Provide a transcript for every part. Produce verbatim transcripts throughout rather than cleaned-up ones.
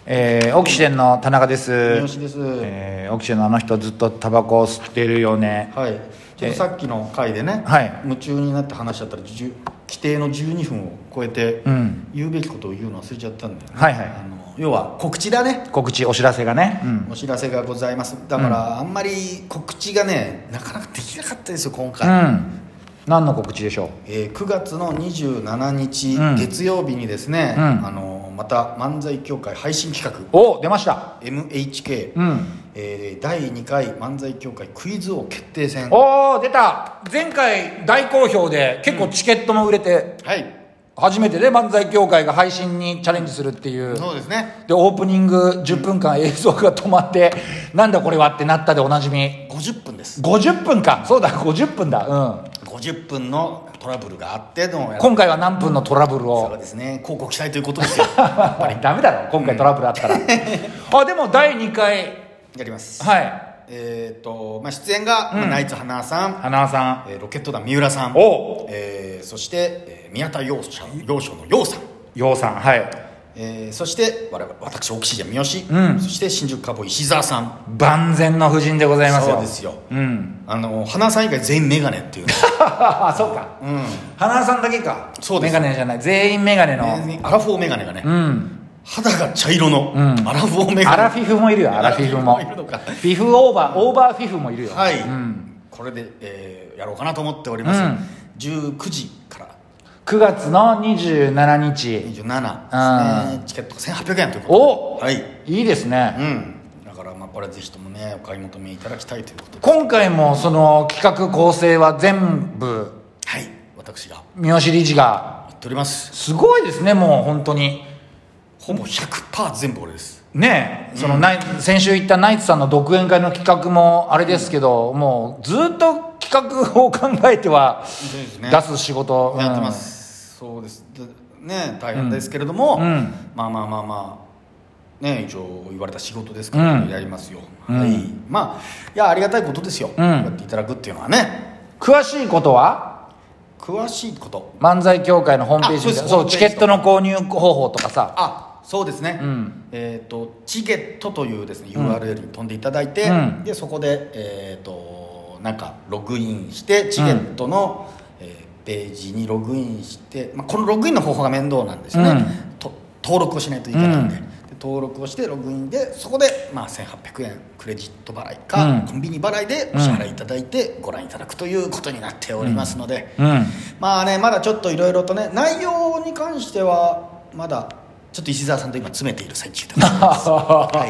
えー、オキシデンの田中です。 三好です。 えー、オキシデンのあの人ずっとタバコを吸ってるよね。 はい。ちょっとさっきの回でね、 はい、 夢中になって話しちゃったら規定のじゅうにふんを超えて、うん、言うべきことを言うの忘れちゃったんだよね。 はいはい。 あの要は告知だね。 告知、お知らせがね、 うん、お知らせがございます。だから、うん、あんまり告知がねなかなかできなかったですよ今回。 うん、何の告知でしょう。 えー、くがつのにじゅうしちにち、うん、月曜日にですね、うん、あのまた漫才協会配信企画、 お出ましたエムエイチケー、うんえー、だいにかい漫才協会クイズ王決定戦。 おお出た。前回大好評で結構チケットも売れて、 うん、はい初めてね漫才協会が配信にチャレンジするっていう。 そうですね。 でオープニングじゅっぷんかん映像が止まって、うん、なんだこれはってなったでおなじみごじゅっぷんです。 ごじゅっぷんか。そうだごじゅっぷんだ。うんごじゅっぷんのトラブルがあっての今回は何分のトラブルを。 そうですね、広告したいということですよやっぱりダメだろ今回トラブルあったら、うん、あでもだいにかいやります。 はいえーとまあ、出演が、うんまあ、ナイツ花さん花さん、 えー、ロケット団三浦さん、 お、 えー、そして、えー、宮田陽翔陽翔の陽さん陽さんはい、 えー、そして我々私オキシジェン三好、うん、そして新宿カボ石澤さん、 万全の夫人でございますよ。 そうですよ、 うん、 あの花さん以外全員メガネっていうあそうか、うん、花さんだけか。 そうです。 メガネじゃない全員メガネのアラフォーメガネがね、うん肌が茶色のアラフォーメガネ、 アラフィフもいるよ。アラフィフもフィフオーバーオーバーフィフもいるよ。 はい、うん、これで、えー、やろうかなと思っております、うん、じゅうくじからくがつのにじゅうしちにちにじゅうしちですね。チケットがせんはっぴゃくえんということで、 お、はい、いいですね、 うん、だからまあこれぜひともねお買い求めいただきたいということです。 今回もその企画構成は全部はい私が三好理事がやっております。 すごいですね。もう本当にほぼ ひゃくパーセント 全部俺ですねえ、その、うん、ナイ先週言ったナイツさんの独演会の企画もあれですけど、うん、もうずっと企画を考えては出す仕事、 ね、やってます、うん、そうですね。大変ですけれども、うん、まあまあまあまあね一応言われた仕事ですから、やりますよ、うん、はい、まあいやありがたいことですよ、うん、やっていただくっていうのはね。 詳しいことは詳しいこと漫才協会のホームページで、そうチケットの購入方法とかさ。 あそうですね、うん、えーと、チゲットというですね、うん、ユーアールエル に飛んでいただいて、うん、でそこで、えーと、なんかログインしてチゲットの、うんえー、ページにログインして、まあ、このログインの方法が面倒なんですね、うん、と登録をしないといけないんで、うん、で登録をしてログインでそこで、まあ、せんはっぴゃくえんクレジット払いか、うん、コンビニ払いでお支払いいただいてご覧いただくということになっておりますので、うんうん、まあねまだちょっといろいろとね内容に関してはまだちょっと石澤さんと今詰めている最中でございます、はい、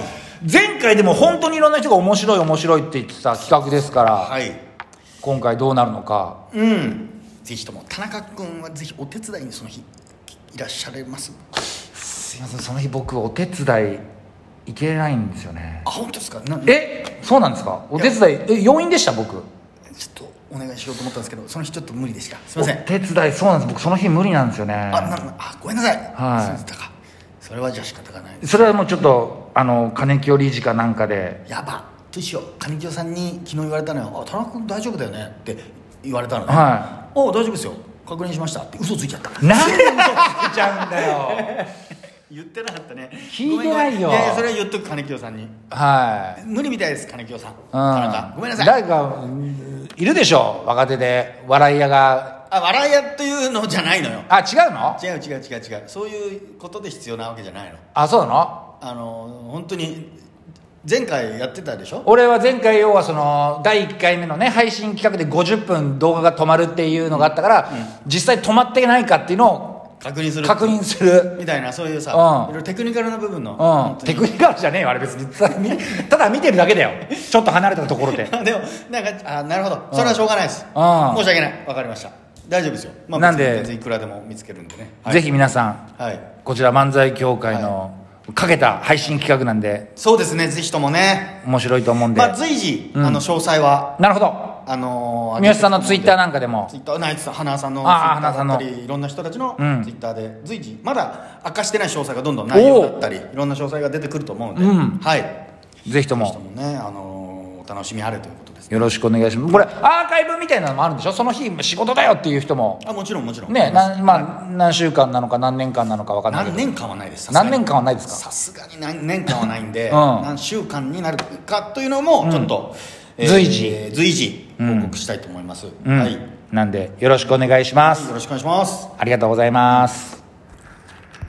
前回でも本当にいろんな人が面白い面白いって言ってた企画ですから、 はい、 今回どうなるのか、 うん、ぜひとも田中君はぜひお手伝いにその日いらっしゃれます？ すいませんその日僕お手伝い行けないんですよね。 あ本当ですか？なえそうなんですか？お手伝いえ要員でした僕。 ちょっとお願いしようと思ったんですけどその日ちょっと無理でした。すいません。 お手伝いそうなんです僕その日無理なんですよね。 あなあごめんなさい。 はい。 そうでしたか。それはじゃあ仕方がないです。 それはもうちょっとあの金清理事かなんかでやばとしよう金清さんに昨日言われたのよ。あ田中君大丈夫だよねって言われたのね。 はい。 お大丈夫ですよ確認しましたって嘘ついちゃった。 なんで嘘ついちゃうんだよ言ってなかったね。 聞いてないよ。 いやいやそれは言っとく金清さんに。 はい無理みたいです金清さん、うん、田中ごめんなさい。 誰かいるでしょ若手で笑い屋が。 あ笑い屋というのじゃないのよ。 あ違うの？ 違う違う違う違うそういうことで必要なわけじゃないの。 あそうなの？ あの本当に前回やってたでしょ。 俺は前回要はそのだいいっかいめのね配信企画でごじゅっぷん動画が止まるっていうのがあったから、うんうん、実際止まってないかっていうのを確認する確認するみたいなそういうさ、うん、いろいろテクニカルな部分の、 うん、テクニカルじゃねえよあれ別にただ見てるだけだよちょっと離れたところででもなんかあなるほどそれはしょうがないです、うん、申し訳ない分かりました大丈夫ですよ、まあ、 なんで全然いくらでも見つけるんでね、はい、 ぜひ皆さん、 はい、 こちら漫才協会の、はいかけた配信企画なんでそうですねぜひともね面白いと思うんで、 まあ、随時、うん、あの詳細はなるほどあのー、 三好さんのツイッターなんかでもツイッターナイツさん花さんのツイッターだったりいろんな人たちのツイッターで随時まだ明かしてない詳細がどんどん内容だったりいろんな詳細が出てくると思うんで、うん、はいぜひともぜひともねあのー楽しみあれということです、 ね、よろしくお願いします。これアーカイブみたいなのもあるんでしょ、その日仕事だよっていう人も。 あ、もちろんもちろんね、なまあ、何週間なのか何年間なのか分かんないけど。 何年間はないです。 何年間はないですか。 さすがに何年間はないんで、 うん、 何週間になるかというのもちょっと、 うん、えー、随時随時報告したいと思います、 うん、 はい、 なんでよろしくお願いします、 はい、よろしくお願いします。 ありがとうございます。